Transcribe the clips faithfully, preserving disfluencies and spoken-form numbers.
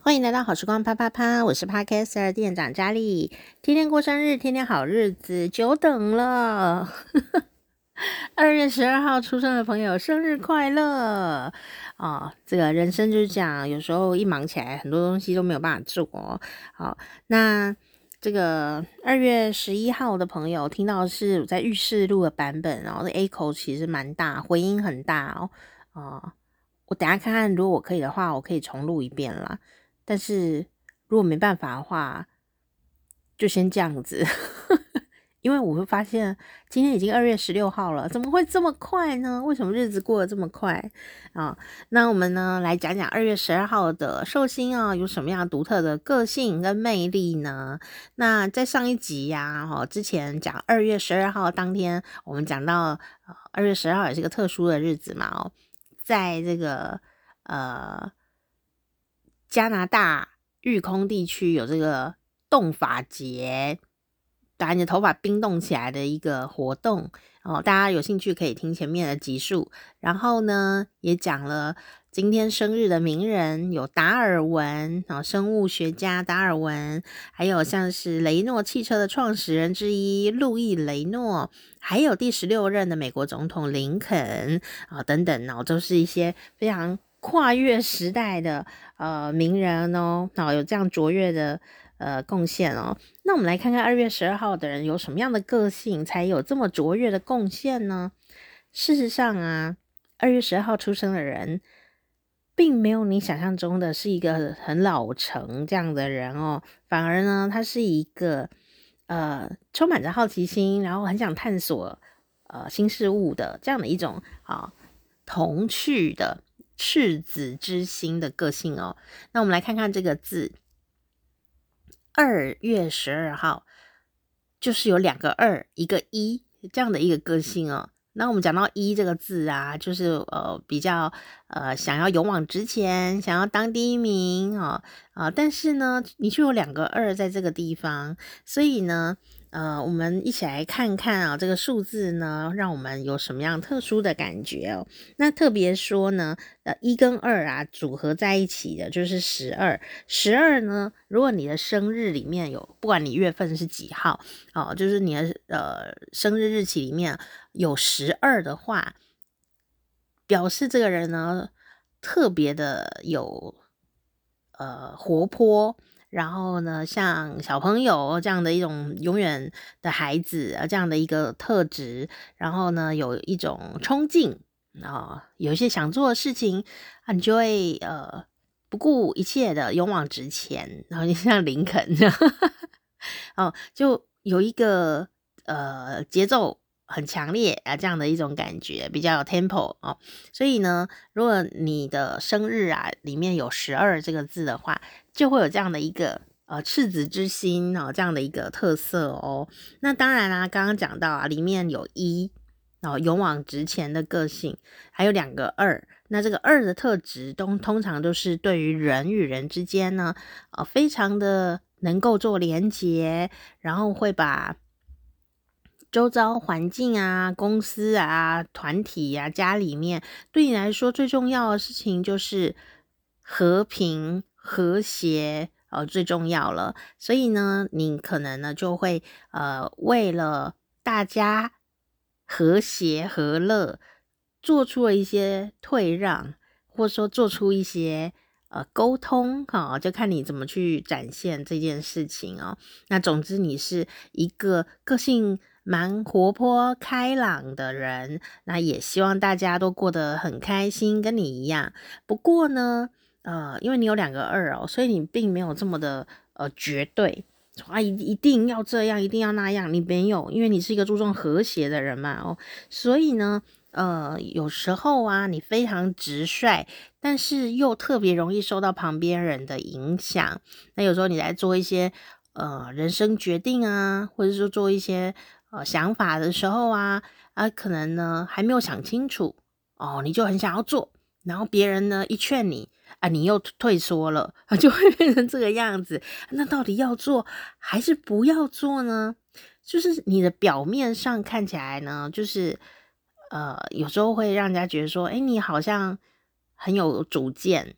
欢迎来到好时光啪啪啪，我是 Podcaster 店长佳丽。天天过生日，天天好日子，久等了。二月十二号出生的朋友，生日快乐哦！这个人生就是这样，有时候一忙起来，很多东西都没有办法做哦。好，那这个二月十一号的朋友听到的是我在浴室录的版本，然后 echo 其实蛮大，回音很大哦。哦，我等一下看看，如果我可以的话，我可以重录一遍啦。但是如果没办法的话，就先这样子。因为我会发现今天已经二月十六号了，怎么会这么快呢？为什么日子过得这么快啊？那我们呢来讲讲二月十二号的寿星啊，有什么样独特的个性跟魅力呢？那在上一集呀、啊，之前讲二月十二号当天，我们讲到二月十二号也是个特殊的日子嘛哦，在这个呃加拿大育空地区有这个冻发节，把你的头发冰冻起来的一个活动哦，大家有兴趣可以听前面的集数。然后呢，也讲了今天生日的名人有达尔文哦，生物学家达尔文，还有像是雷诺汽车的创始人之一路易雷诺，还有第十六任的美国总统林肯啊、哦、等等哦，都是一些非常跨越时代的呃名人哦，哦有这样卓越的呃贡献哦。那我们来看看二月十二号的人有什么样的个性，才有这么卓越的贡献呢？事实上啊，二月十二号出生的人，并没有你想象中的是一个很老成这样的人哦，反而呢，他是一个呃充满着好奇心，然后很想探索呃新事物的这样的一种啊童趣的赤子之心的个性哦。那我们来看看这个字。二月十二号就是有两个二一个一这样的一个个性哦。那我们讲到一这个字啊，就是呃比较呃想要勇往直前，想要当第一名哦啊、呃，但是呢，你却有两个二在这个地方，所以呢，呃，我们一起来看看啊，这个数字呢，让我们有什么样特殊的感觉哦？那特别说呢，呃，一跟二啊组合在一起的就是十二，十二呢，如果你的生日里面有，不管你月份是几号哦，就是你的呃生日日期里面有十二的话，表示这个人呢特别的有呃活泼。然后呢，像小朋友这样的一种永远的孩子啊，这样的一个特质，然后呢，有一种冲劲啊、哦，有一些想做的事情啊，你就会呃不顾一切的勇往直前，然后就像林肯这样哦，就有一个呃节奏很强烈啊，这样的一种感觉，比较有 tempo 哦。所以呢，如果你的生日啊里面有十二这个字的话，就会有这样的一个呃赤子之心哦，这样的一个特色哦。那当然啦、啊，刚刚讲到啊，里面有一哦勇往直前的个性，还有两个二。那这个二的特质，都通常都是对于人与人之间呢，呃，非常的能够做连结，然后会把周遭环境啊、公司啊、团体啊、家里面，对你来说最重要的事情就是和平、和谐，呃，最重要了。所以呢，你可能呢就会呃，为了大家和谐和乐，做出了一些退让，或者说做出一些呃沟通，哈、哦，就看你怎么去展现这件事情哦。那总之，你是一个个性蛮活泼开朗的人，那也希望大家都过得很开心，跟你一样。不过呢，呃，因为你有两个二哦，所以你并没有这么的呃绝对啊，一一定要这样，一定要那样，你没有，因为你是一个注重和谐的人嘛哦，所以呢，呃，有时候啊，你非常直率，但是又特别容易受到旁边人的影响。那有时候你在做一些呃人生决定啊，或者说做一些呃想法的时候啊，啊，可能呢还没有想清楚哦，你就很想要做，然后别人呢一劝你啊，你又退缩了，就会变成这个样子。那到底要做还是不要做呢？就是你的表面上看起来呢，就是呃，有时候会让人家觉得说，哎，你好像很有主见，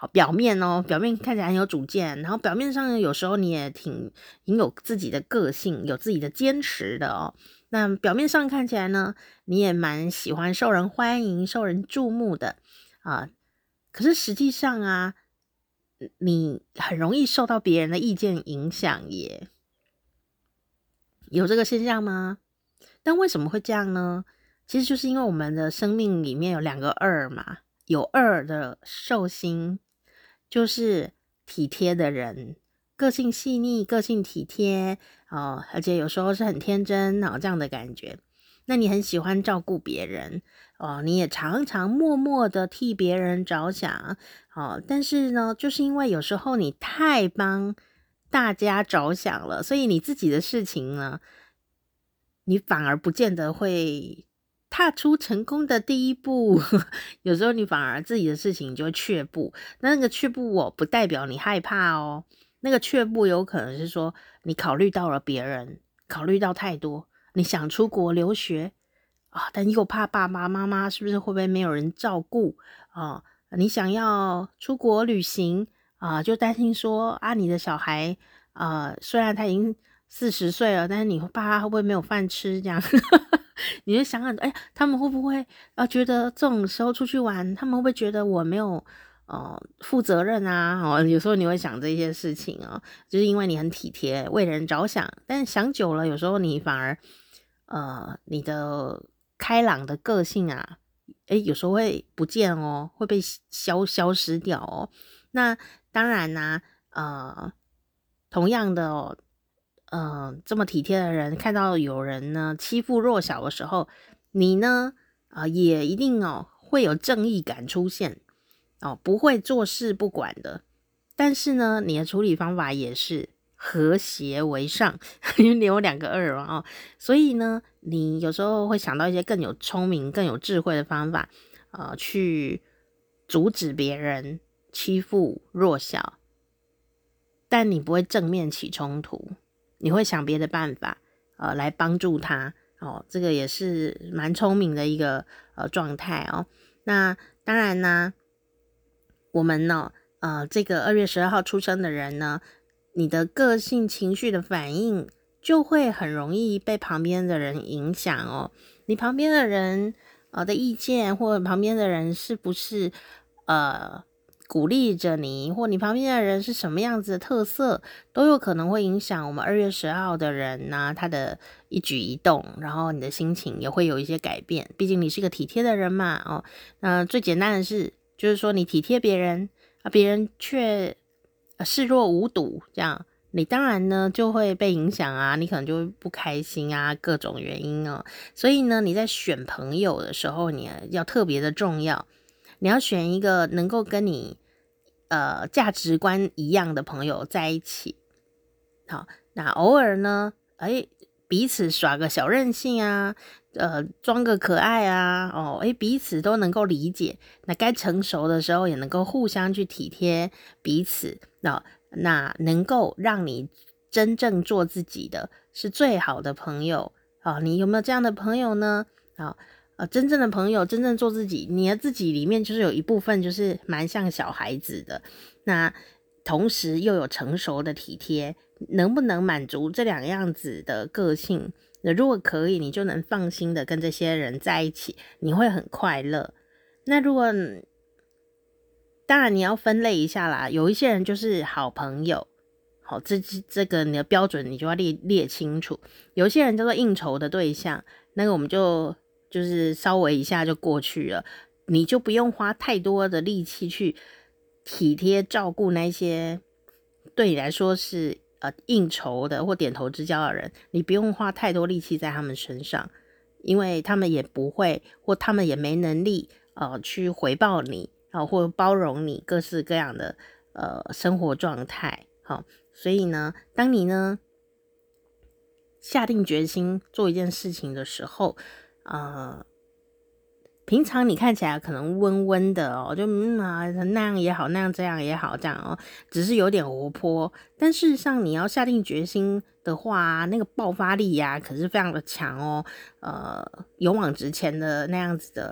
好，表面哦，表面看起来很有主见，然后表面上有时候你也挺挺有自己的个性，有自己的坚持的哦。那表面上看起来呢，你也蛮喜欢受人欢迎、受人注目的啊。可是实际上啊，你很容易受到别人的意见影响耶。有这个现象吗？但为什么会这样呢？其实就是因为我们的生命里面有两个二嘛，有二的寿星，就是体贴的人，个性细腻，个性体贴哦，而且有时候是很天真哦，这样的感觉。那你很喜欢照顾别人哦，你也常常默默的替别人着想哦，但是呢，就是因为有时候你太帮大家着想了，所以你自己的事情呢，你反而不见得会踏出成功的第一步。有时候你反而自己的事情就会却步，那那个却步我不代表你害怕哦，那个却步有可能是说你考虑到了别人，考虑到太多，你想出国留学啊，但又怕爸爸妈妈是不是会不会没有人照顾啊？你想要出国旅行啊，就担心说啊，你的小孩啊，虽然他已经四十岁了，但是你怕他会不会没有饭吃这样？你就想想，哎、他们会不会啊觉得这种时候出去玩，他们会不会觉得我没有呃负责任啊？哦，有时候你会想这些事情哦，就是因为你很体贴，为人着想，但想久了，有时候你反而呃你的开朗的个性啊，哎，有时候会不见哦，会被消消失掉哦。那当然啦、呃，同样的哦。呃，这么体贴的人，看到有人呢欺负弱小的时候，你呢，啊、呃也一定哦会有正义感出现哦，不会坐视不管的。但是呢，你的处理方法也是和谐为上，因为你有两个二嘛哦，所以呢，你有时候会想到一些更有聪明、更有智慧的方法，呃，去阻止别人欺负弱小，但你不会正面起冲突。你会想别的办法，呃，来帮助他哦，这个也是蛮聪明的一个呃状态哦。那当然呢，我们呢，呃，这个二月十二号出生的人呢，你的个性、情绪的反应就会很容易被旁边的人影响哦。你旁边的人呃的意见，或者旁边的人是不是呃鼓励着你，或你旁边的人是什么样子的特色，都有可能会影响我们二月十号的人呢、啊，他的一举一动，然后你的心情也会有一些改变。毕竟你是个体贴的人嘛，哦，那最简单的是，就是说你体贴别人啊，别人却、呃、视若无睹，这样你当然呢就会被影响啊，你可能就会不开心啊，各种原因哦。所以呢，你在选朋友的时候，你要特别的重要。你要选一个能够跟你呃价值观一样的朋友在一起。好，那偶尔呢，哎，彼此耍个小任性啊，呃，装个可爱啊，哦，哎，彼此都能够理解。那该成熟的时候，也能够互相去体贴彼此。那那能够让你真正做自己的是最好的朋友啊、哦！你有没有这样的朋友呢？啊、哦？呃，真正的朋友，真正做自己，你的自己里面就是有一部分就是蛮像小孩子的，那同时又有成熟的体贴，能不能满足这两样子的个性？那如果可以，你就能放心的跟这些人在一起，你会很快乐。那如果当然你要分类一下啦，有一些人就是好朋友，好，这这个你的标准你就要列列清楚。有一些人叫做应酬的对象，那个我们就就是稍微一下就过去了，你就不用花太多的力气去体贴照顾那些对你来说是呃应酬的或点头之交的人，你不用花太多力气在他们身上，因为他们也不会或他们也没能力呃去回报你啊、呃、或包容你各式各样的呃生活状态。好，所以呢，当你呢下定决心做一件事情的时候，呃，平常你看起来可能温温的哦，就嗯啊那样也好，那样这样也好，这样哦，只是有点活泼。但事实上，你要下定决心的话，那个爆发力呀、啊，可是非常的强哦。呃，勇往直前的那样子的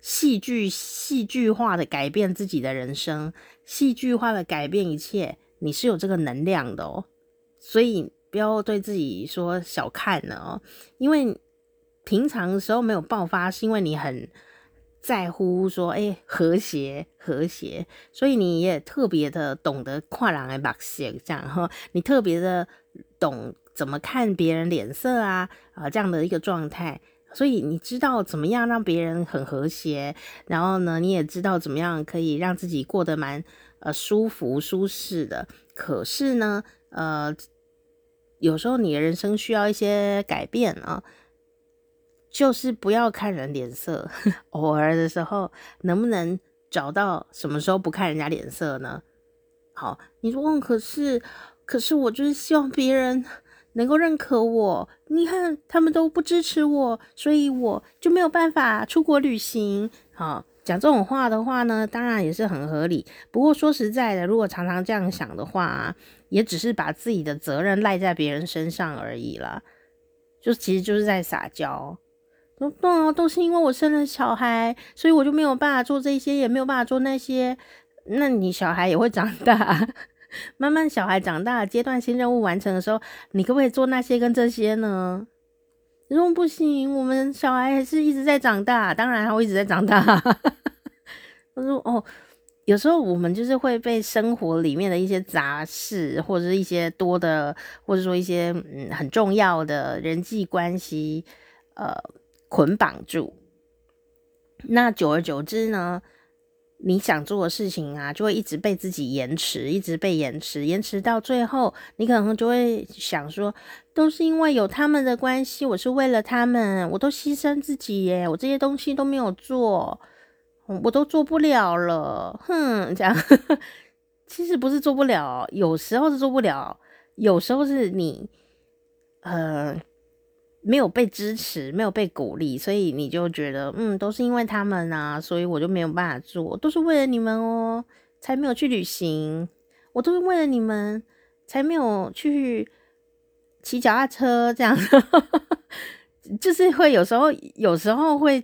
戏剧戏剧化的改变自己的人生，戏剧化的改变一切，你是有这个能量的哦。所以不要对自己说小看了哦，因为平常的时候没有爆发，是因为你很在乎说，哎、欸，和谐和谐，所以你也特别的懂得看人的目色，这样哈，你特别的懂怎么看别人脸色啊，啊这样的一个状态。所以你知道怎么样让别人很和谐，然后呢，你也知道怎么样可以让自己过得蛮呃舒服舒适的。可是呢，呃，有时候你的人生需要一些改变啊，就是不要看人脸色。偶尔的时候，能不能找到什么时候不看人家脸色呢？好，你说，嗯，可是，可是我就是希望别人能够认可我，你看他们都不支持我，所以我就没有办法出国旅行。好，讲这种话的话呢，当然也是很合理。不过说实在的，如果常常这样想的话啊，也只是把自己的责任赖在别人身上而已啦，就其实就是在撒娇。都都是因为我生了小孩，所以我就没有办法做这些，也没有办法做那些。那你小孩也会长大。慢慢小孩长大，阶段性任务完成的时候，你可不可以做那些跟这些呢？你说不行，我们小孩还是一直在长大，当然他会一直在长大。他说哦，有时候我们就是会被生活里面的一些杂事，或者是一些多的，或者说一些嗯很重要的人际关系，呃捆绑住。那久而久之呢，你想做的事情啊，就会一直被自己延迟，一直被延迟，延迟到最后，你可能就会想说，都是因为有他们的关系，我是为了他们，我都牺牲自己耶，我这些东西都没有做，我都做不了了，哼，这样。其实不是做不了，有时候是做不了，有时候是你，呃。没有被支持，没有被鼓励，所以你就觉得嗯，都是因为他们啊，所以我就没有办法做，都是为了你们哦，才没有去旅行，我都是为了你们才没有去骑脚踏车，这样。就是会有时候有时候会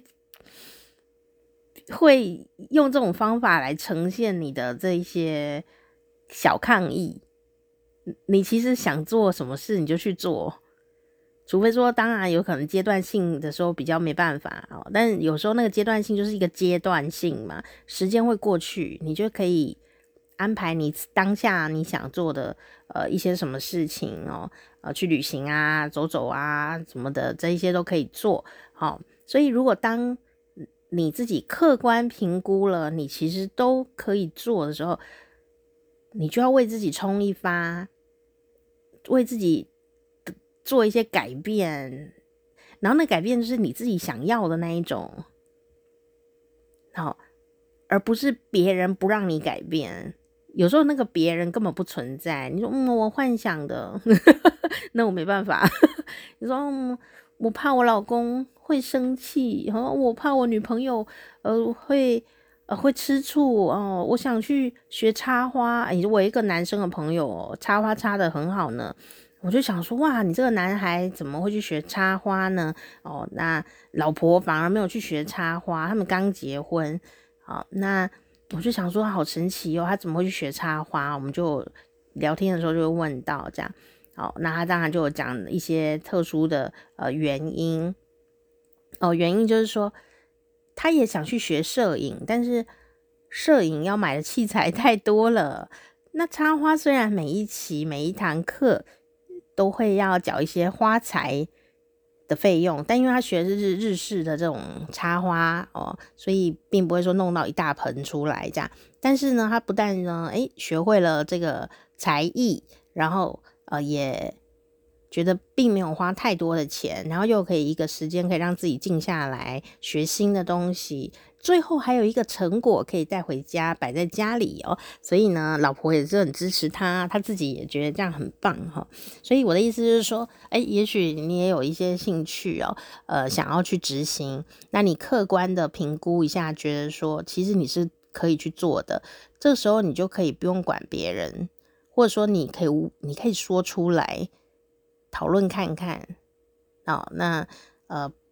会用这种方法来呈现你的这一些小抗议。你其实想做什么事你就去做，除非说当然有可能阶段性的时候比较没办法、哦、但有时候那个阶段性就是一个阶段性嘛，时间会过去，你就可以安排你当下你想做的呃一些什么事情哦，呃去旅行啊，走走啊什么的，这一些都可以做。好、哦，所以如果当你自己客观评估了你其实都可以做的时候，你就要为自己冲一发，为自己做一些改变，然后那改变就是你自己想要的那一种，好，而不是别人不让你改变。有时候那个别人根本不存在，你说嗯我幻想的。那我没办法。你说嗯我怕我老公会生气，我怕我女朋友呃会呃会吃醋哦，我想去学插花。哎，我一个男生的朋友插花插得很好呢，我就想说哇，你这个男孩怎么会去学插花呢？哦，那老婆反而没有去学插花，他们刚结婚。好，那我就想说好神奇哦，他怎么会去学插花？我们就聊天的时候就会问到这样。好，那他当然就有讲一些特殊的呃原因。哦，原因就是说他也想去学摄影，但是摄影要买的器材太多了。那插花虽然每一期每一堂课都会要缴一些花材的费用，但因为他学的是日式的这种插花哦，所以并不会说弄到一大盆出来这样。但是呢，他不但呢，诶学会了这个才艺，然后呃也觉得并没有花太多的钱，然后又可以一个时间可以让自己静下来学新的东西，最后还有一个成果可以带回家摆在家里哦。所以呢，老婆也是很支持他，他自己也觉得这样很棒哈、哦。所以我的意思就是说，哎，也许你也有一些兴趣哦，呃，想要去执行，那你客观的评估一下，觉得说其实你是可以去做的，这个时候你就可以不用管别人，或者说你可以你可以说出来讨论看看。哦，那呃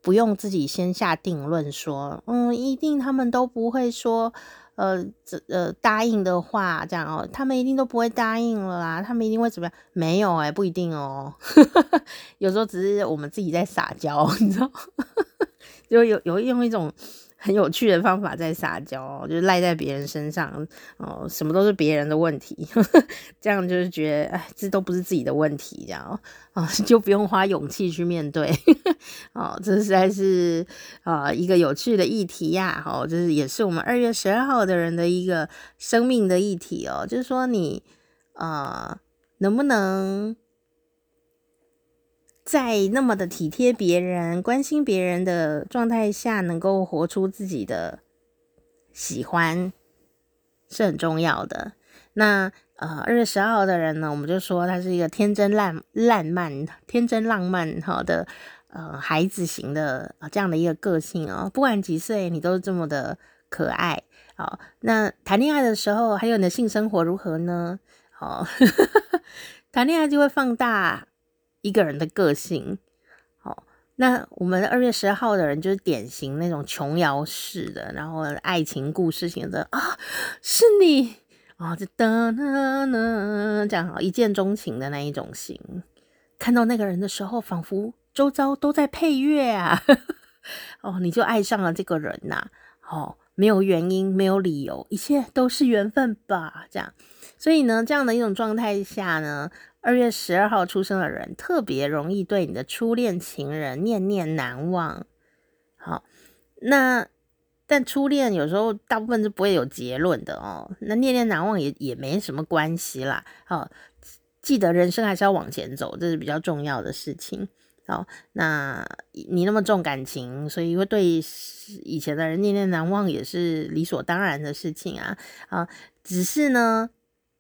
不用自己先下定论说，嗯，一定他们都不会说，呃，呃，答应的话，这样哦，他们一定都不会答应了啦，他们一定会怎么样？没有哎、欸，不一定哦，有时候只是我们自己在撒娇，你知道，就有有用一种很有趣的方法在撒娇，就是赖在别人身上哦，什么都是别人的问题，这样就是觉得哎，这都不是自己的问题，这样哦，就不用花勇气去面对哦，这实在是呃一个有趣的议题呀、啊，哦，就是也是我们二月十二号的人的一个生命的议题哦，就是说你呃能不能在那么的体贴别人、关心别人的状态下，能够活出自己的喜欢，是很重要的。那呃，二月十二号的人呢，我们就说他是一个天真烂烂漫、天真浪漫好的呃孩子型的、呃、这样的一个个性哦。不管几岁，你都是这么的可爱。好，那谈恋爱的时候，还有你的性生活如何呢？好，谈恋爱就会放大一个人的个性。好，那我们二月十二号的人就是典型那种琼瑶式的，然后爱情故事型的啊，是你啊，就哒啦啦这样一见钟情的那一种型。看到那个人的时候，仿佛周遭都在配乐啊，哦，你就爱上了这个人呐、啊，哦，没有原因，没有理由，一切都是缘分吧，这样。所以呢，这样的一种状态下呢，二月十二号出生的人特别容易对你的初恋情人念念难忘。好，那但初恋有时候大部分是不会有结论的哦，那念念难忘也也没什么关系啦。好，记得人生还是要往前走，这是比较重要的事情。好，那你那么重感情，所以会对以前的人念念难忘也是理所当然的事情啊。啊，只是呢，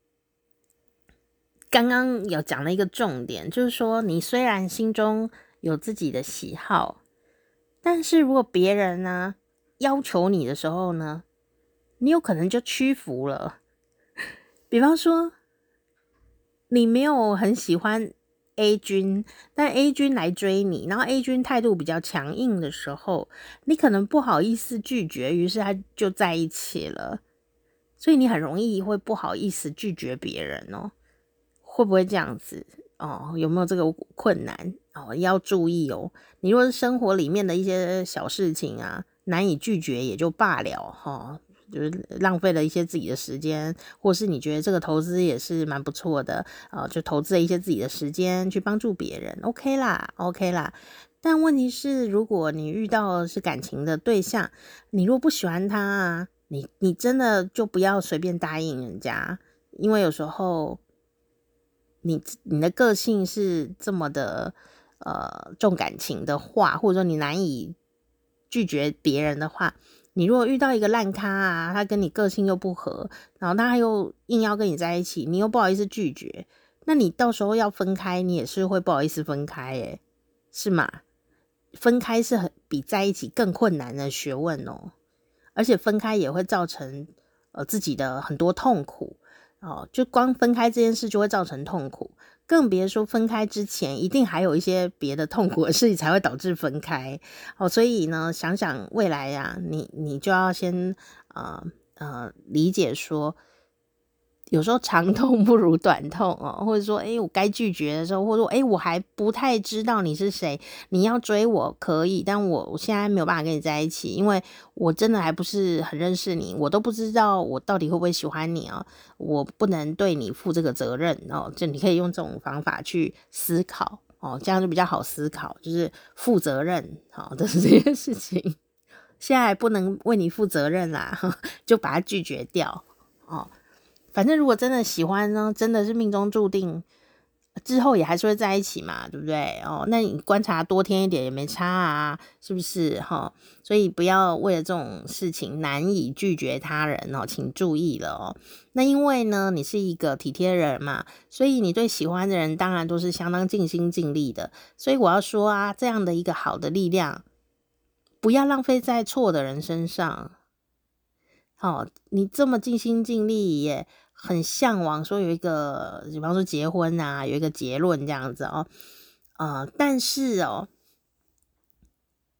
刚刚有讲了一个重点，就是说你虽然心中有自己的喜好，但是如果别人呢要求你的时候呢，你有可能就屈服了。比方说，你没有很喜欢 A 君，但 A 君来追你，然后 A 君态度比较强硬的时候，你可能不好意思拒绝，于是他就在一起了。所以你很容易会不好意思拒绝别人哦。会不会这样子哦？有没有这个困难哦？要注意哦。你如果是生活里面的一些小事情啊，难以拒绝也就罢了哈、哦，就是浪费了一些自己的时间，或是你觉得这个投资也是蛮不错的啊、呃，就投资了一些自己的时间去帮助别人 ，OK 啦 ，OK 啦。但问题是，如果你遇到的是感情的对象，你如果不喜欢他啊，你你真的就不要随便答应人家，因为有时候。你你的个性是这么的呃重感情的话，或者说你难以拒绝别人的话，你如果遇到一个烂咖啊，他跟你个性又不合，然后他又硬要跟你在一起，你又不好意思拒绝，那你到时候要分开，你也是会不好意思分开耶，是吗？分开是很比在一起更困难的学问哦，而且分开也会造成呃自己的很多痛苦。哦，就光分开这件事就会造成痛苦，更别说分开之前一定还有一些别的痛苦的事情才会导致分开。哦，所以呢，想想未来呀、啊，你你就要先呃呃理解说，有时候长痛不如短痛哦，或者说，诶，我该拒绝的时候，或者说，诶，我还不太知道你是谁，你要追我可以，但我我现在没有办法跟你在一起，因为我真的还不是很认识你，我都不知道我到底会不会喜欢你哦，我不能对你负这个责任哦，就你可以用这种方法去思考哦，这样就比较好思考，就是负责任好的这件事情，现在不能为你负责任啦，就把它拒绝掉哦。反正如果真的喜欢呢，真的是命中注定，之后也还是会在一起嘛，对不对？哦，那你观察多天一点也没差啊，是不是？哈、哦，所以不要为了这种事情难以拒绝他人哦，请注意了哦。那因为呢，你是一个体贴人嘛，所以你对喜欢的人当然都是相当尽心尽力的。所以我要说啊，这样的一个好的力量，不要浪费在错的人身上。好、哦，你这么尽心尽力也很向往说有一个比方说结婚啊，有一个结论这样子哦，呃，但是哦，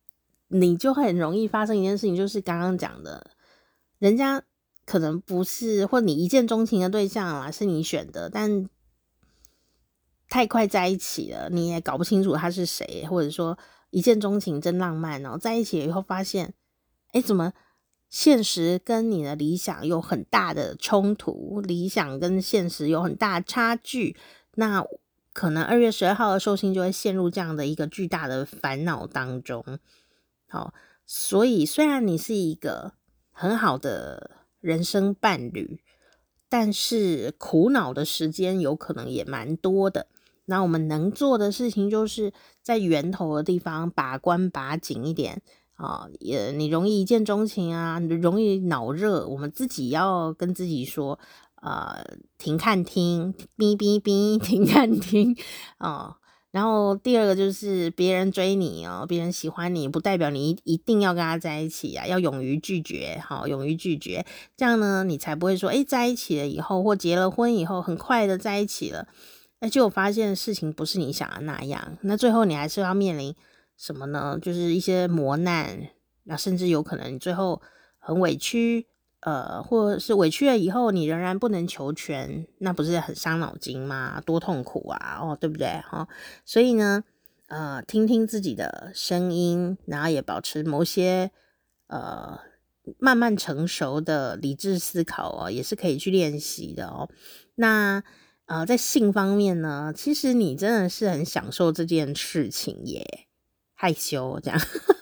你就很容易发生一件事情，就是刚刚讲的，人家可能不是，或你一见钟情的对象啦，是你选的，但太快在一起了，你也搞不清楚他是谁，或者说一见钟情真浪漫哦，在一起以后发现，哎，怎么现实跟你的理想有很大的冲突，理想跟现实有很大的差距，那可能二月十二号的寿星就会陷入这样的一个巨大的烦恼当中。好，所以虽然你是一个很好的人生伴侣，但是苦恼的时间有可能也蛮多的。那我们能做的事情就是在源头的地方把关把紧一点啊，也你容易一见钟情啊，容易脑热，我们自己要跟自己说，呃，停看听，哔哔哔，停看听啊。然后第二个就是别人追你哦，别人喜欢你，不代表你一定要跟他在一起啊，要勇于拒绝，好，勇于拒绝，这样呢，你才不会说，哎，在一起了以后，或结了婚以后，很快的在一起了，哎，结果发现事情不是你想的那样，那最后你还是要面临什么呢？就是一些磨难，那甚至有可能你最后很委屈。呃，或者是委屈了以后，你仍然不能求全，那不是很伤脑筋吗？多痛苦啊，哦，对不对？哦，所以呢，呃，听听自己的声音，然后也保持某些呃慢慢成熟的理智思考哦，也是可以去练习的哦。那呃，在性方面呢，其实你真的是很享受这件事情耶，害羞这样，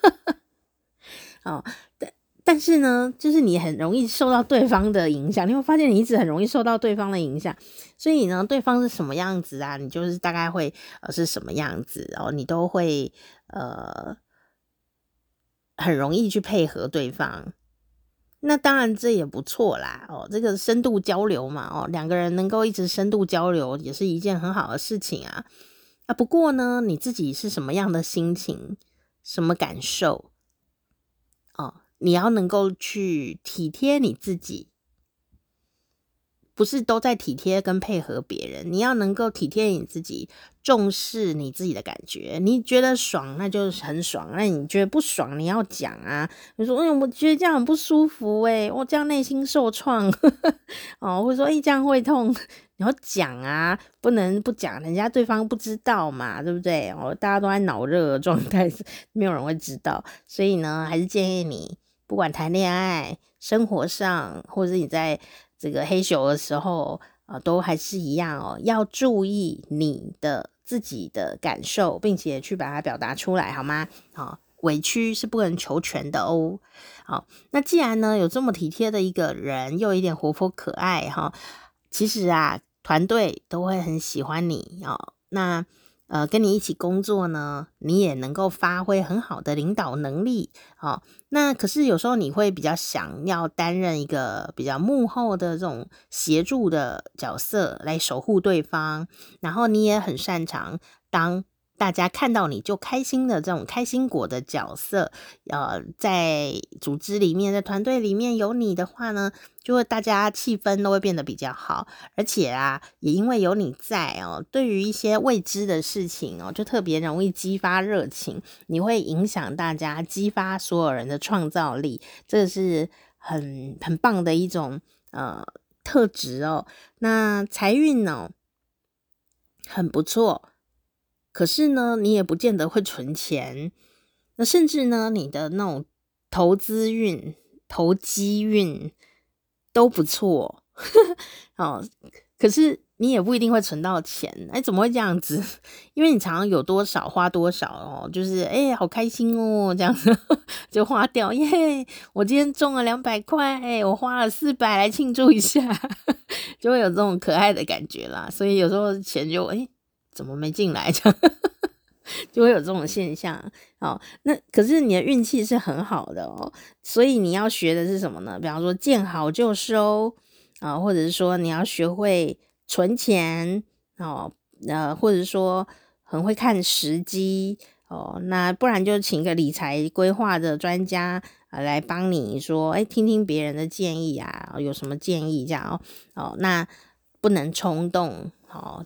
哦，但但是呢，就是你很容易受到对方的影响，你会发现你一直很容易受到对方的影响，所以呢，对方是什么样子啊，你就是大概会呃是什么样子哦，你都会呃很容易去配合对方。那当然这也不错啦哦，这个深度交流嘛哦，两个人能够一直深度交流也是一件很好的事情啊。啊，不过呢，你自己是什么样的心情，什么感受哦，你要能够去体贴你自己，不是都在体贴跟配合别人，你要能够体贴你自己，重视你自己的感觉。你觉得爽那就很爽，那你觉得不爽你要讲啊，你说哎，我觉得这样很不舒服哎，我这样内心受创哦，或者说哎这样会痛，你要讲啊，不能不讲，人家对方不知道嘛，对不对？哦，大家都在脑热的状态，没有人会知道，所以呢，还是建议你不管谈恋爱、生活上，或者是你在这个黑熊的时候，呃，都还是一样哦，要注意你的自己的感受，并且去把它表达出来，好吗？好，委屈是不能求全的哦。好，那既然呢有这么体贴的一个人，又有一点活泼可爱哈，其实啊，团队都会很喜欢你哦。那呃，跟你一起工作呢，你也能够发挥很好的领导能力，哦。那可是有时候你会比较想要担任一个比较幕后的这种协助的角色，来守护对方，然后你也很擅长当大家看到你就开心的这种开心果的角色，呃，在组织里面，在团队里面有你的话呢，就会大家气氛都会变得比较好，而且啊，也因为有你在哦，对于一些未知的事情哦，就特别容易激发热情，你会影响大家，激发所有人的创造力，这是很很棒的一种呃特质哦。那财运呢，很不错。可是呢，你也不见得会存钱，那甚至呢，你的那种投资运、投机运都不错，哦，可是你也不一定会存到钱，哎，怎么会这样子？因为你常常有多少花多少哦，就是哎，好开心哦，这样子就花掉，耶！我今天中了两百块，我花了四百来庆祝一下，就会有这种可爱的感觉啦。所以有时候钱就哎。怎么没进来？这样就会有这种现象哦。那可是你的运气是很好的哦，所以你要学的是什么呢？比方说见好就收啊、哦，或者是说你要学会存钱哦，呃，或者说很会看时机哦。那不然就请个理财规划的专家啊、呃、来帮你说，哎，听听别人的建议啊，有什么建议这样哦。哦，那不能冲动哦。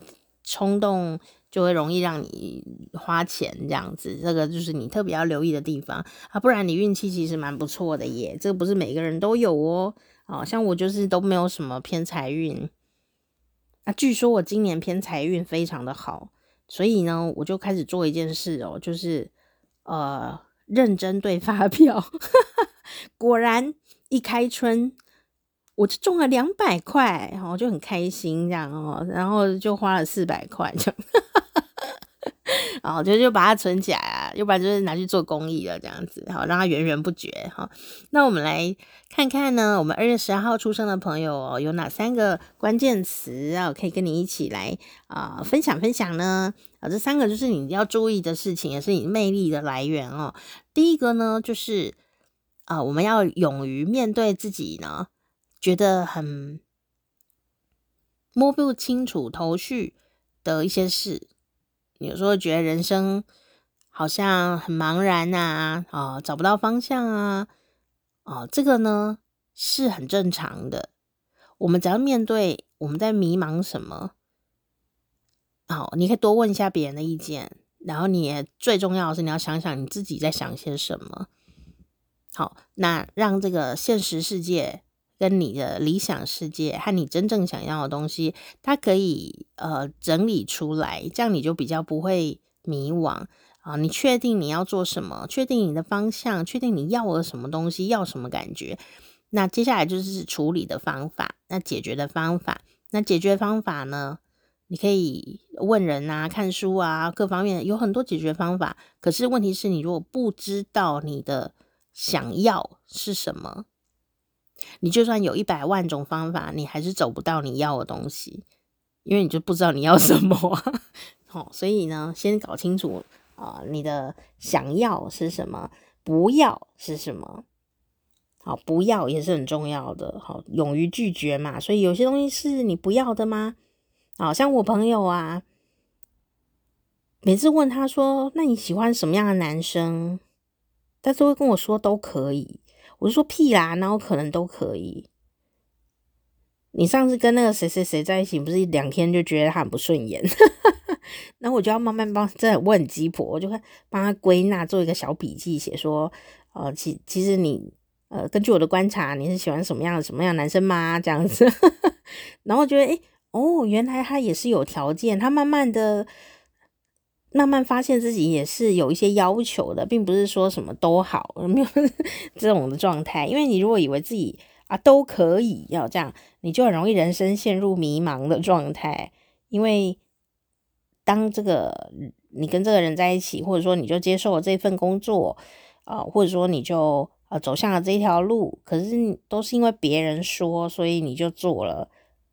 冲动就会容易让你花钱这样子，这个就是你特别要留意的地方啊，不然你运气其实蛮不错的耶，这个不是每个人都有哦。哦，像我就是都没有什么偏财运啊，据说我今年偏财运非常的好，所以呢，我就开始做一件事哦，就是呃认真对发票，果然一开春我就中了两百块，然后就很开心这样哦，然后就花了四百块这样。然后就就把它存起来啊，要不然就是拿去做公益了这样子，好让它源源不绝哈。那我们来看看呢，我们二月十二号出生的朋友哦，有哪三个关键词啊，可以跟你一起来啊、呃、分享分享呢？啊，这三个就是你要注意的事情，也是你魅力的来源哦。第一个呢，就是啊、呃，我们要勇于面对自己呢，觉得很摸不清楚头绪的一些事。有时候觉得人生好像很茫然啊，哦，找不到方向啊，哦，这个呢是很正常的。我们只要面对我们在迷茫什么，好，你可以多问一下别人的意见，然后你也最重要的是你要想想你自己在想些什么。好，那让这个现实世界跟你的理想世界和你真正想要的东西，它可以呃整理出来，这样你就比较不会迷惘啊。你确定你要做什么，确定你的方向，确定你要的什么东西，要什么感觉。那接下来就是处理的方法，那解决的方法。那解决方法呢，你可以问人啊，看书啊，各方面有很多解决方法。可是问题是你如果不知道你的想要是什么，你就算有一百万种方法，你还是走不到你要的东西，因为你就不知道你要什么、啊哦、所以呢，先搞清楚、呃、你的想要是什么，不要是什么。好，不要也是很重要的，好，勇于拒绝嘛。所以有些东西是你不要的吗？好像我朋友啊，每次问他说，那你喜欢什么样的男生？他都会跟我说都可以。我就说屁啦，哪有可能都可以？你上次跟那个谁谁谁在一起，不是两天就觉得他很不顺眼？然后我就要慢慢帮，真的我很鸡婆，我就会帮他归纳，做一个小笔记，写说，呃，其其实你，呃，根据我的观察，你是喜欢什么样的什么样的男生吗？这样子，然后觉得，诶，哦，原来他也是有条件，他慢慢的。慢慢发现自己也是有一些要求的，并不是说什么都好，没有这种的状态。因为你如果以为自己啊都可以要这样，你就很容易人生陷入迷茫的状态。因为当这个你跟这个人在一起，或者说你就接受了这份工作啊、呃，或者说你就呃走向了这条路，可是都是因为别人说，所以你就做了。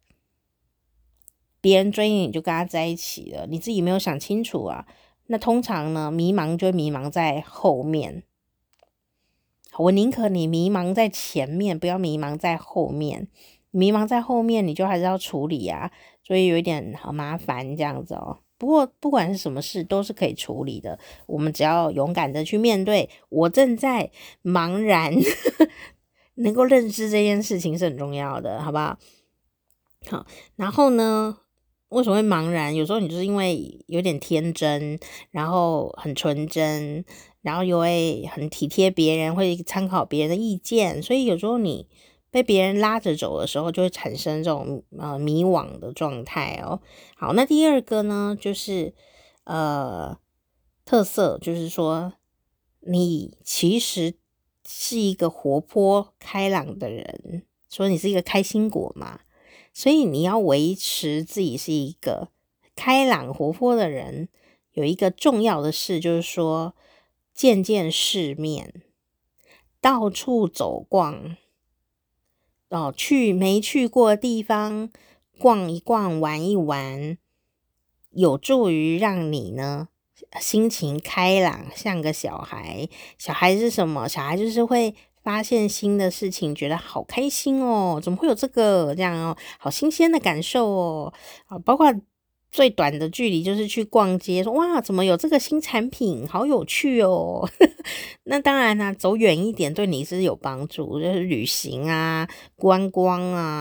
别人追你，你就跟他在一起了，你自己没有想清楚啊。那通常呢，迷茫就会迷茫在后面。我宁可你迷茫在前面，不要迷茫在后面。迷茫在后面，你就还是要处理啊，所以有一点好麻烦这样子哦。不过不管是什么事，都是可以处理的。我们只要勇敢的去面对，我正在茫然，能够认知这件事情是很重要的，好不好？好，然后呢？为什么会茫然？有时候你就是因为有点天真，然后很纯真，然后又会很体贴别人，会参考别人的意见，所以有时候你被别人拉着走的时候，就会产生这种呃迷惘的状态哦。好，那第二个呢，就是呃特色，就是说你其实是一个活泼开朗的人，说你是一个开心果嘛。所以你要维持自己是一个开朗活泼的人，有一个重要的事就是说，见见世面，到处走逛，哦，去没去过的地方逛一逛，玩一玩，有助于让你呢心情开朗，像个小孩。小孩是什么？小孩就是会发现新的事情，觉得好开心哦，怎么会有这个这样哦，好新鲜的感受哦。啊，包括最短的距离就是去逛街，说哇，怎么有这个新产品，好有趣哦。那当然啦、啊，走远一点对你是有帮助，就是旅行啊、观光啊、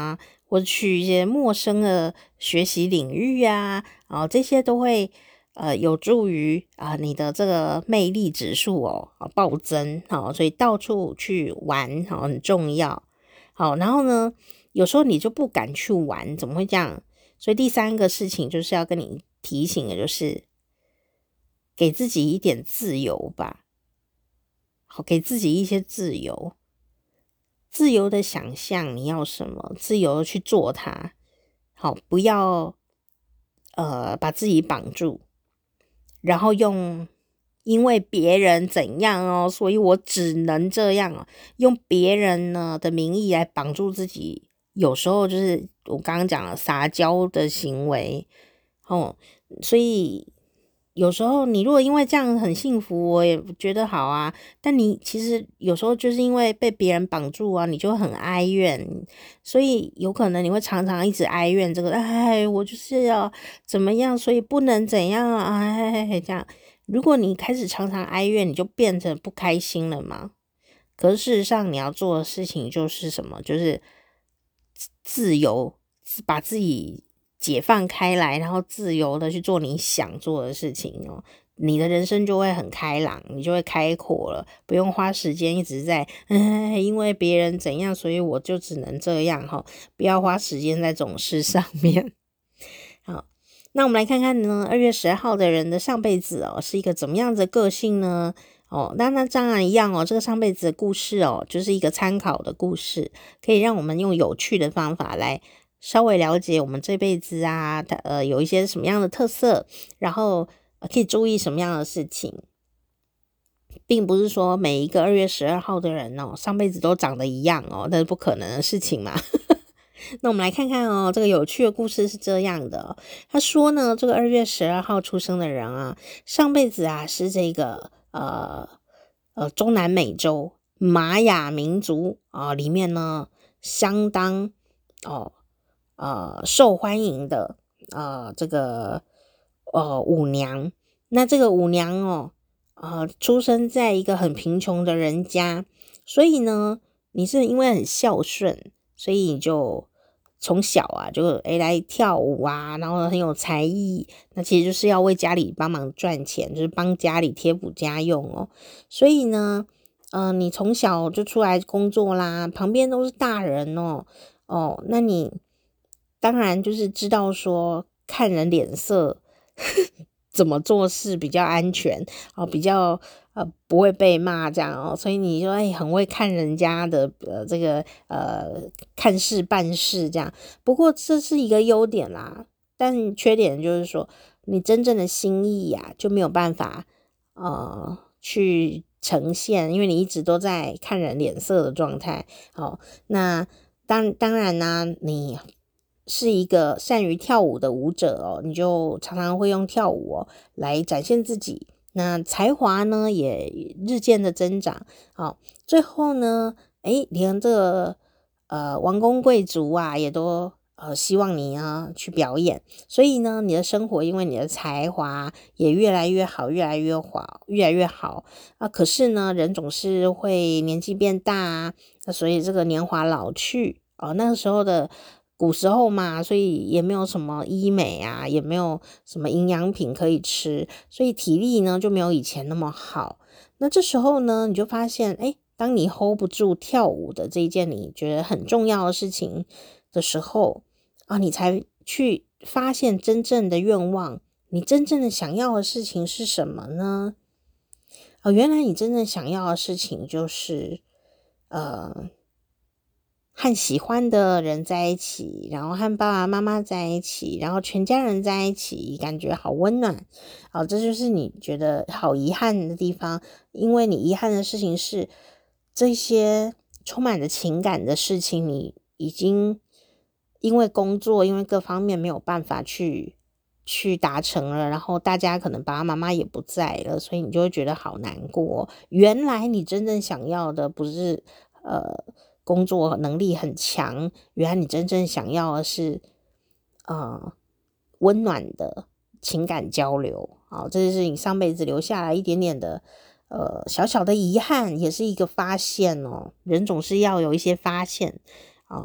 或者去一些陌生的学习领域啊，啊，这些都会呃有助于啊、呃、你的这个魅力指数哦啊暴增，好、所以到处去玩好、很重要。好，然后呢，有时候你就不敢去玩，怎么会这样？所以第三个事情就是要跟你提醒的，就是给自己一点自由吧。好，给自己一些自由，自由的想象你要什么，自由的去做它。好，不要呃把自己绑住，然后用因为别人怎样哦，所以我只能这样哦，用别人呢的名义来绑住自己。有时候就是我刚刚讲了撒娇的行为哦，所以有时候你如果因为这样很幸福，我也觉得好啊。但你其实有时候就是因为被别人绑住啊，你就很哀怨，所以有可能你会常常一直哀怨这个，哎，我就是要怎么样，所以不能怎样啊，哎，这样。如果你开始常常哀怨，你就变成不开心了嘛。可是事实上你要做的事情就是什么？就是自由，把自己解放开来，然后自由的去做你想做的事情哦，你的人生就会很开朗，你就会开阔了，不用花时间一直在嗯，因为别人怎样，所以我就只能这样哈，不要花时间在这种事上面。好，那我们来看看呢，二月十二号的人的上辈子哦，是一个怎么样的个性呢？哦，那那当然一样哦，这个上辈子的故事哦，就是一个参考的故事，可以让我们用有趣的方法来稍微了解我们这辈子啊，它呃有一些什么样的特色，然后、呃、可以注意什么样的事情，并不是说每一个二月十二号的人哦，上辈子都长得一样哦，那是不可能的事情嘛。那我们来看看哦，这个有趣的故事是这样的、哦，他说呢，这个二月十二号出生的人啊，上辈子啊是这个呃呃中南美洲玛雅民族啊、呃、里面呢相当哦呃受欢迎的呃这个呃舞娘。那这个舞娘哦呃出生在一个很贫穷的人家，所以呢你是因为很孝顺，所以你就从小啊就诶来跳舞啊，然后很有才艺，那其实就是要为家里帮忙赚钱，就是帮家里贴补家用哦。所以呢呃你从小就出来工作啦，旁边都是大人哦哦，那你当然就是知道说看人脸色怎么做事比较安全哦，比较呃不会被骂这样哦，所以你就哎很会看人家的呃这个呃看事办事这样。不过这是一个优点啦，但缺点就是说你真正的心意呀、啊、就没有办法呃去呈现，因为你一直都在看人脸色的状态。好，那当当然呢、啊，你是一个善于跳舞的舞者哦，你就常常会用跳舞哦来展现自己。那才华呢也日渐的增长，好，最后呢，诶，连这个呃王公贵族啊也都呃希望你呢去表演，所以呢，你的生活因为你的才华也越来越好，越来越好，越来越好啊。可是呢，人总是会年纪变大啊，那所以这个年华老去哦，那个时候的。古时候嘛，所以也没有什么医美啊，也没有什么营养品可以吃，所以体力呢就没有以前那么好。那这时候呢，你就发现，诶，当你 hold 不住跳舞的这一件你觉得很重要的事情的时候啊，你才去发现真正的愿望，你真正的想要的事情是什么呢？啊，原来你真正想要的事情就是呃和喜欢的人在一起，然后和爸爸妈妈在一起，然后全家人在一起，感觉好温暖。好，这就是你觉得好遗憾的地方，因为你遗憾的事情是这些充满着情感的事情，你已经因为工作，因为各方面没有办法去去达成了，然后大家可能爸爸妈妈也不在了，所以你就会觉得好难过。原来你真正想要的不是呃工作能力很强，原来你真正想要的是呃温暖的情感交流。好，这就是你上辈子留下来一点点的呃小小的遗憾，也是一个发现哦。人总是要有一些发现啊、哦，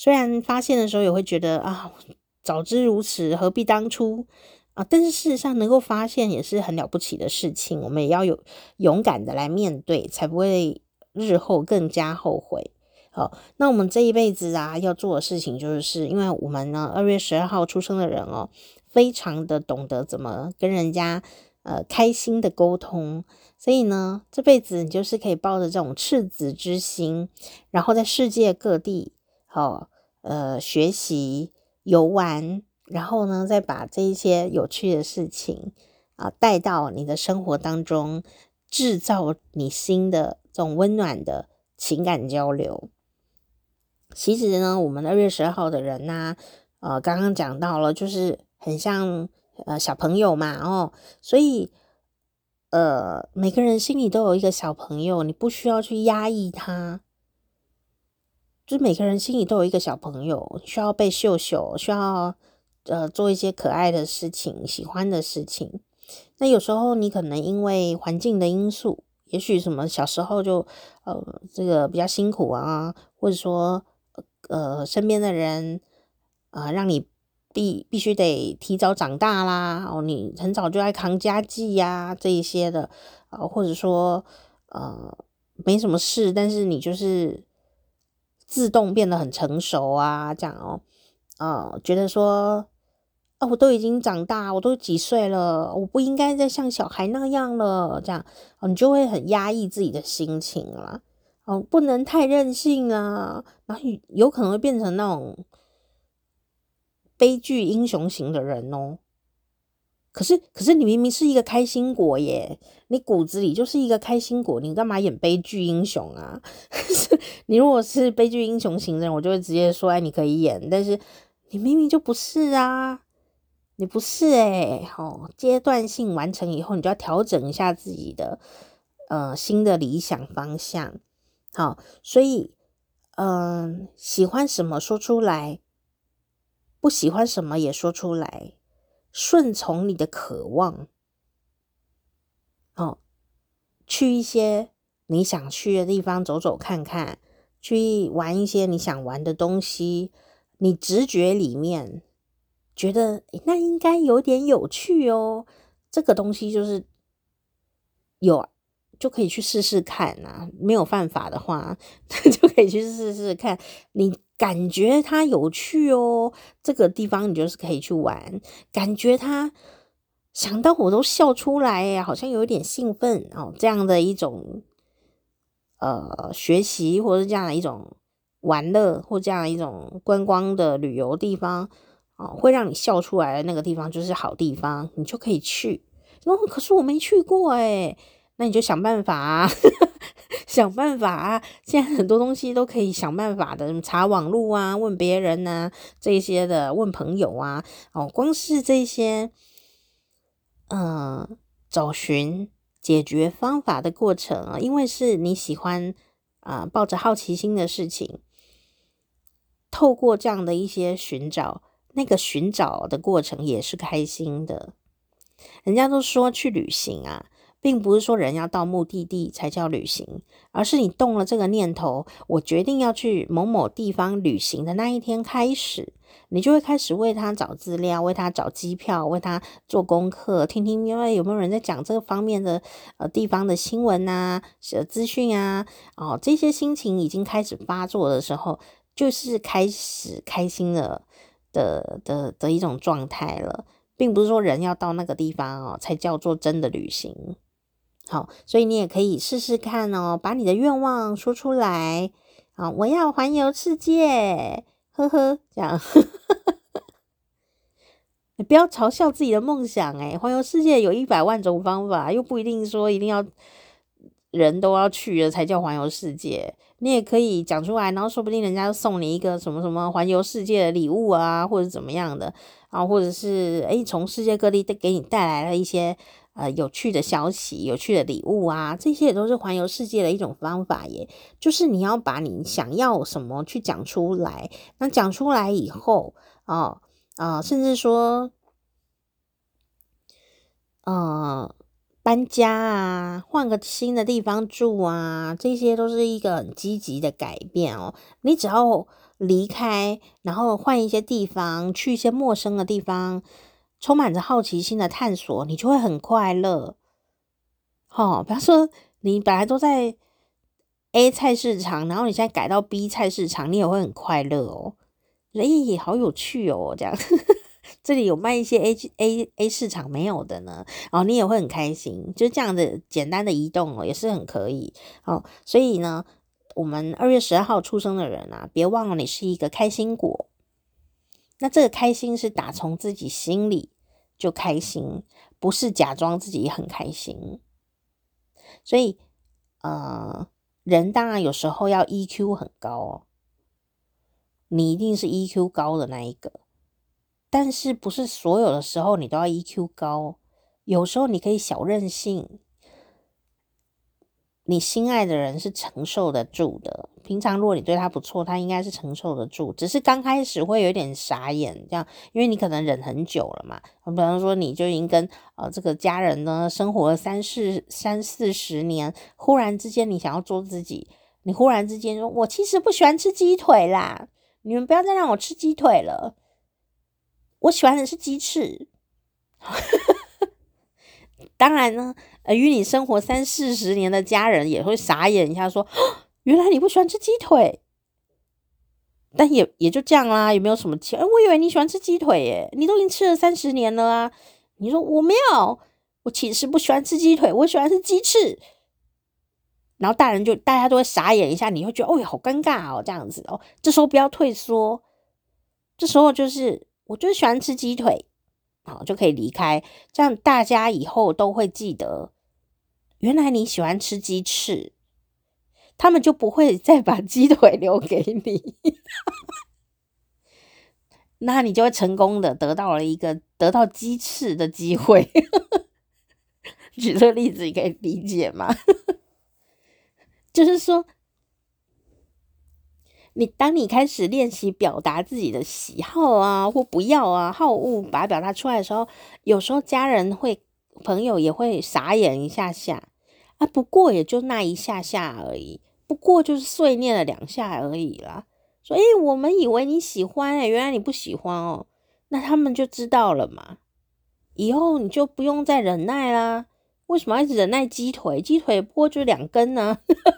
虽然发现的时候也会觉得啊，早知如此，何必当初啊，但是事实上能够发现也是很了不起的事情，我们也要有勇敢的来面对，才不会日后更加后悔。好，那我们这一辈子啊，要做的事情就是，因为我们呢，二月十二号出生的人哦，非常的懂得怎么跟人家呃开心的沟通，所以呢，这辈子你就是可以抱着这种赤子之心，然后在世界各地好呃学习游玩，然后呢，再把这一些有趣的事情啊带到你的生活当中，制造你新的这种温暖的情感交流。其实呢，我们二月十二号的人呢、啊，呃，刚刚讲到了，就是很像呃小朋友嘛，哦，所以呃每个人心里都有一个小朋友，你不需要去压抑他，就是每个人心里都有一个小朋友，需要被秀秀，需要呃做一些可爱的事情，喜欢的事情。那有时候你可能因为环境的因素，也许什么小时候就呃这个比较辛苦啊，或者说呃身边的人啊、呃让你必必须得提早长大啦，哦，你很早就爱扛家计呀、这一些的，呃，或者说呃没什么事，但是你就是自动变得很成熟啊，这样哦，呃，觉得说。哦，我都已经长大，我都几岁了，我不应该再像小孩那样了，这样，哦，你就会很压抑自己的心情啦，哦，不能太任性啊，然后有可能会变成那种悲剧英雄型的人哦。可是，可是你明明是一个开心果耶，你骨子里就是一个开心果，你干嘛演悲剧英雄啊？你如果是悲剧英雄型的人，我就会直接说，哎，你可以演，但是你明明就不是啊。你不是诶、欸哦，阶段性完成以后，你就要调整一下自己的呃新的理想方向。好，所以嗯、呃，喜欢什么说出来，不喜欢什么也说出来，顺从你的渴望。哦，去一些你想去的地方走走看看，去玩一些你想玩的东西，你直觉里面觉得诶那应该有点有趣哦，这个东西就是有就可以去试试看啊，没有犯法的话就可以去试试看，你感觉它有趣哦，这个地方你就是可以去玩，感觉它想到我都笑出来耶，好像有一点兴奋哦，这样的一种呃学习或者这样的一种玩乐或这样的一种观光的旅游地方哦，会让你笑出来的那个地方就是好地方，你就可以去。哦，可是我没去过诶，那你就想办法啊，想办法啊！现在很多东西都可以想办法的，查网路啊，问别人啊，这些的，问朋友啊，哦，光是这些，嗯，找寻解决方法的过程啊，因为是你喜欢啊、呃抱着好奇心的事情，透过这样的一些寻找，那个寻找的过程也是开心的。人家都说去旅行啊，并不是说人要到目的地才叫旅行，而是你动了这个念头，我决定要去某某地方旅行的那一天开始，你就会开始为他找资料，为他找机票，为他做功课，听听因为有没有人在讲这个方面的呃地方的新闻啊、呃资讯啊，哦，这些心情已经开始发作的时候，就是开始开心了的的的一种状态了。并不是说人要到那个地方哦，才叫做真的旅行。好，所以你也可以试试看哦，把你的愿望说出来啊，我要环游世界，呵呵，这样。你不要嘲笑自己的梦想诶，环游世界有一百万种方法，又不一定说一定要人都要去了才叫环游世界。你也可以讲出来，然后说不定人家就送你一个什么什么环游世界的礼物啊，或者怎么样的啊，或者是诶从世界各地给你带来了一些呃有趣的消息、有趣的礼物啊，这些也都是环游世界的一种方法耶。就是你要把你想要什么去讲出来，那讲出来以后哦。啊、呃，甚至说，呃，搬家啊，换个新的地方住啊，这些都是一个很积极的改变哦。你只要离开，然后换一些地方，去一些陌生的地方，充满着好奇心的探索，你就会很快乐。哦，比方说你本来都在 A 菜市场，然后你现在改到 B 菜市场，你也会很快乐哦。诶，好有趣哦，这样这里有卖一些 A A A 市场没有的呢，哦，你也会很开心，就这样的简单的移动哦，也是很可以哦。所以呢，我们二月十二号出生的人啊，别忘了你是一个开心果。那这个开心是打从自己心里就开心，不是假装自己很开心。所以，呃，人当然有时候要 E Q 很高哦，你一定是 E Q 高的那一个。但是不是所有的时候你都要 E Q 高，有时候你可以小任性，你心爱的人是承受得住的。平常如果你对他不错，他应该是承受得住，只是刚开始会有点傻眼，这样，因为你可能忍很久了嘛。比方说，你就已经跟呃这个家人呢生活了三四三四十年，忽然之间你想要做自己，你忽然之间说，我其实不喜欢吃鸡腿啦，你们不要再让我吃鸡腿了。我喜欢的是鸡翅。当然呢，呃，与你生活三四十年的家人也会傻眼一下说，原来你不喜欢吃鸡腿。但也也就这样啦，也没有什么气、欸、我以为你喜欢吃鸡腿耶，你都已经吃了三十年了啊。你说我没有，我其实不喜欢吃鸡腿，我喜欢吃鸡翅。然后大人就大家都会傻眼一下，你会觉得哦，好尴尬哦，这样子哦。这时候不要退缩，这时候就是我就是喜欢吃鸡腿，好，就可以离开，这样大家以后都会记得，原来你喜欢吃鸡翅，他们就不会再把鸡腿留给你。那你就会成功的得到了一个得到鸡翅的机会。举这个例子你可以理解吗？就是说，你当你开始练习表达自己的喜好啊或不要啊好恶，把它表达出来的时候，有时候家人会朋友也会傻眼一下下啊，不过也就那一下下而已，不过就是碎念了两下而已啦。所以我们以为你喜欢、欸、原来你不喜欢哦，那他们就知道了嘛，以后你就不用再忍耐啦。为什么要一直忍耐鸡腿？鸡腿不过就两根呢、啊。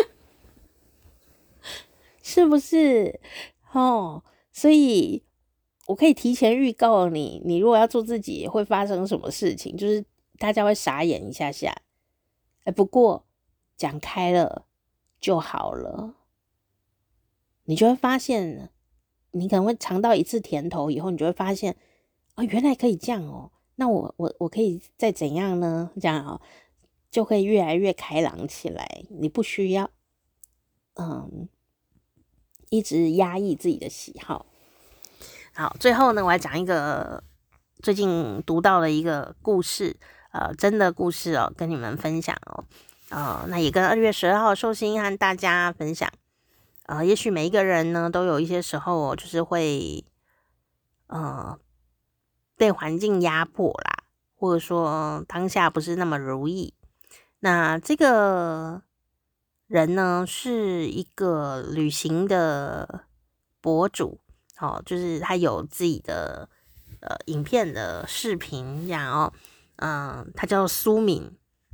是不是？哦，所以我可以提前预告你，你如果要做自己会发生什么事情，就是大家会傻眼一下下。哎，不过讲开了就好了，你就会发现，你可能会尝到一次甜头以后，你就会发现，哦，原来可以这样哦。那我我我可以再怎样呢？这样哦，就可以越来越开朗起来。你不需要，嗯。一直压抑自己的喜好。好，最后呢，我来讲一个最近读到的一个故事，呃，真的故事哦，跟你们分享哦。呃，那也跟二月十二号寿星和大家分享。呃，也许每一个人呢，都有一些时候哦，就是会呃被环境压迫啦，或者说当下不是那么如意。那这个人呢是一个旅行的博主，哦，就是他有自己的呃影片的视频这样哦，嗯、呃，他叫苏敏。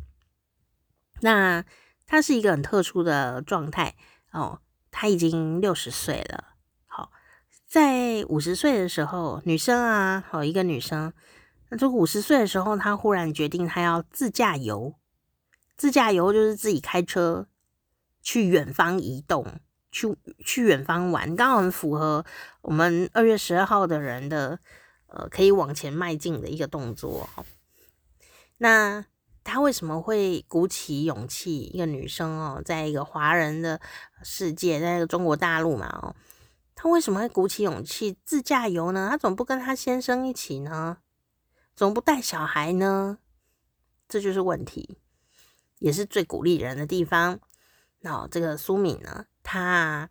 那他是一个很特殊的状态哦，他已经六十岁了。好，在五十岁的时候，女生啊，好一个女生，那这个五十岁的时候，她忽然决定她要自驾游。自驾游就是自己开车去远方移动，去去远方玩，刚好很符合我们二月十二号的人的呃可以往前迈进的一个动作。那她为什么会鼓起勇气？一个女生哦，在一个华人的世界，在一个中国大陆嘛哦，她为什么会鼓起勇气自驾游呢？她怎么不跟她先生一起呢？怎么不带小孩呢？这就是问题。也是最鼓励人的地方。那这个苏敏呢，她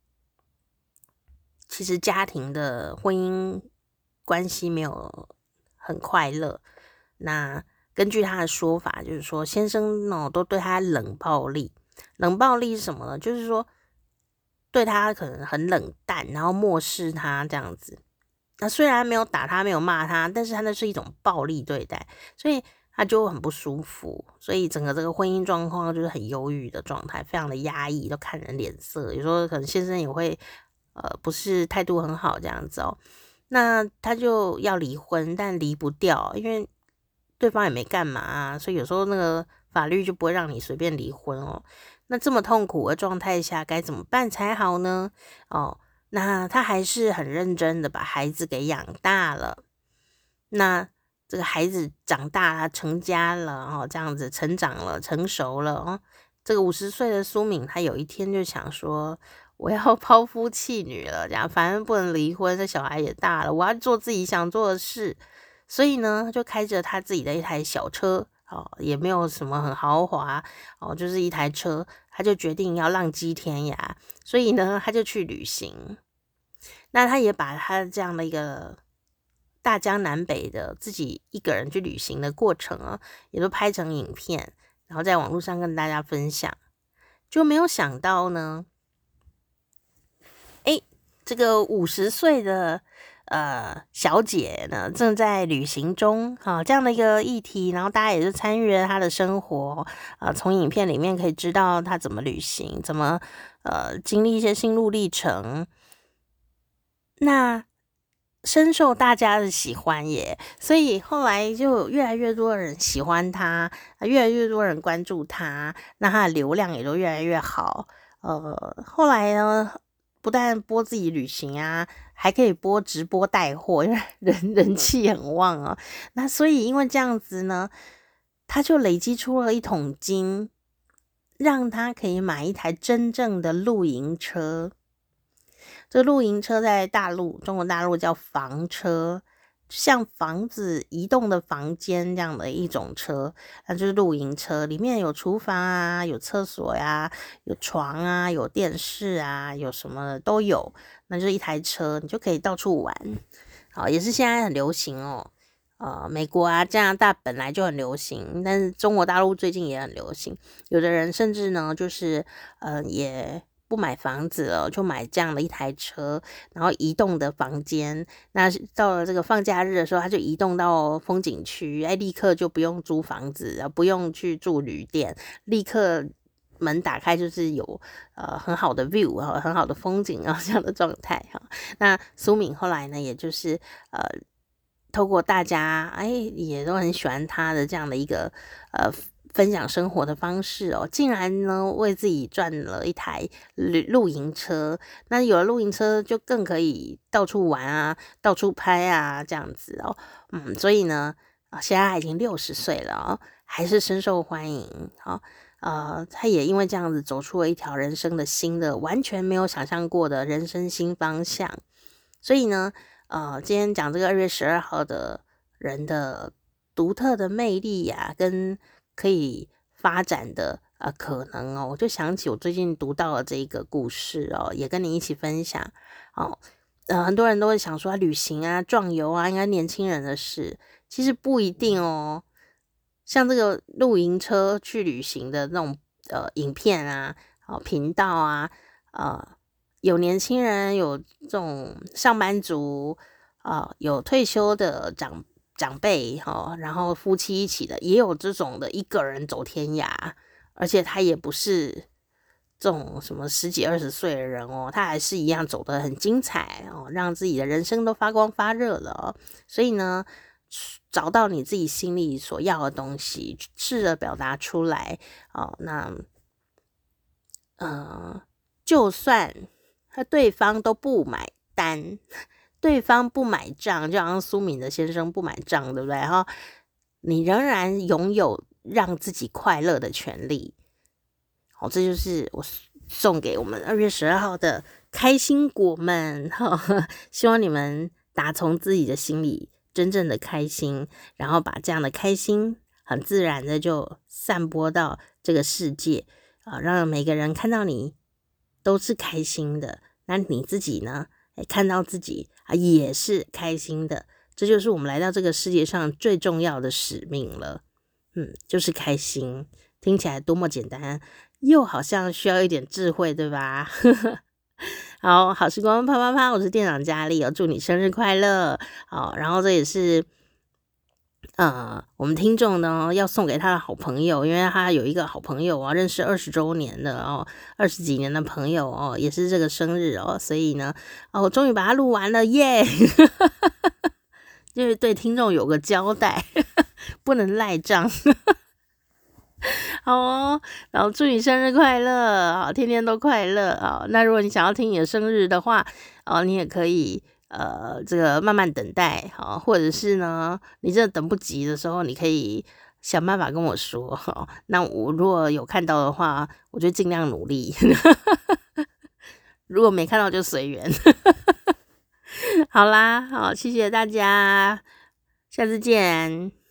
其实家庭的婚姻关系没有很快乐。那根据她的说法，就是说先生呢都对她冷暴力。冷暴力是什么呢？就是说对他可能很冷淡，然后漠视他这样子。那虽然没有打他，没有骂他，但是他那是一种暴力对待，所以他就很不舒服，所以整个这个婚姻状况就是很忧郁的状态，非常的压抑，都看人脸色。有时候可能先生也会呃不是态度很好这样子哦。那他就要离婚，但离不掉，因为对方也没干嘛啊，所以有时候那个法律就不会让你随便离婚哦。那这么痛苦的状态下该怎么办才好呢？哦，那他还是很认真的把孩子给养大了。那这个孩子长大，他成家了哦，这样子成长了，成熟了哦。这个五十岁的苏敏，他有一天就想说，我要抛夫弃女了，这样反正不能离婚，这小孩也大了，我要做自己想做的事。所以呢，就开着他自己的一台小车哦，也没有什么很豪华哦，就是一台车，他就决定要浪迹天涯。所以呢，他就去旅行。那他也把他这样的一个大江南北的自己一个人去旅行的过程啊，也都拍成影片，然后在网络上跟大家分享。就没有想到呢，诶，这个五十岁的呃小姐呢，正在旅行中啊，这样的一个议题，然后大家也是参与了她的生活啊，从影片里面可以知道她怎么旅行，怎么呃经历一些心路历程。那深受大家的喜欢耶，所以后来就有越来越多的人喜欢他，越来越多人关注他，那他的流量也都越来越好。呃，后来呢，不但播自己旅行啊，还可以播直播带货，因为人人气很旺啊。那所以因为这样子呢，他就累积出了一桶金，让他可以买一台真正的露营车。这露营车在大陆，中国大陆叫房车，像房子移动的房间这样的一种车，那就是露营车，里面有厨房啊，有厕所呀、啊，有床啊，有电视啊，有什么都有，那就是一台车，你就可以到处玩。好，也是现在很流行哦。呃，美国啊、加拿大本来就很流行，但是中国大陆最近也很流行。有的人甚至呢，就是呃也不买房子了，就买这样的一台车，然后移动的房间。那到了这个放假日的时候，他就移动到风景区，哎，立刻就不用租房子，不用去住旅店，立刻门打开就是有呃很好的 view 啊，很好的风景啊这样的状态哈。那苏敏后来呢，也就是呃。透过大家哎也都很喜欢他的这样的一个呃分享生活的方式哦，竟然呢为自己赚了一台露营车。那有了露营车就更可以到处玩啊，到处拍啊这样子哦。嗯，所以呢啊现在他已经六十岁了哦，还是深受欢迎。好、哦，呃，他也因为这样子走出了一条人生的新的完全没有想象过的人生新方向。所以呢呃，今天讲这个二月十二号的人的独特的魅力呀、啊，跟可以发展的呃可能哦，我就想起我最近读到了这个故事哦，也跟你一起分享哦。呃，很多人都会想说旅行啊、壮游啊，应该年轻人的事，其实不一定哦。像这个露营车去旅行的那种呃影片啊、哦频道啊，呃。有年轻人，有这种上班族，啊、呃，有退休的长长辈哈、哦，然后夫妻一起的，也有这种的一个人走天涯，而且他也不是这种什么十几二十岁的人哦，他还是一样走得很精彩哦，让自己的人生都发光发热了哦。所以呢，找到你自己心里所要的东西，试着表达出来哦。那，呃，就算。他对方都不买单，对方不买账，就好像苏敏的先生不买账，对不对？哈，你仍然拥有让自己快乐的权利。好，这就是我送给我们二月十二号的开心果们哈，希望你们打从自己的心里真正的开心，然后把这样的开心很自然的就散播到这个世界啊，让每个人看到你都是开心的，那你自己呢？看到自己啊也是开心的，这就是我们来到这个世界上最重要的使命了。嗯，就是开心，听起来多么简单，又好像需要一点智慧，对吧？ 好好时光啪啪啪，我是店长佳丽哦，祝你生日快乐。好，然后这也是呃，我们听众呢要送给他的好朋友，因为他有一个好朋友啊，认识二十周年的哦，二十几年的朋友哦，也是这个生日哦，所以呢，哦，我终于把它录完了耶，就是对听众有个交代，不能赖账。好哦，然后祝你生日快乐，好，天天都快乐啊！那如果你想要听你的生日的话，哦，你也可以呃，这个慢慢等待，好，或者是呢，你真的等不及的时候，你可以想办法跟我说，好，那我如果有看到的话，我就尽量努力；如果没看到就随缘。好啦，好，谢谢大家，下次见。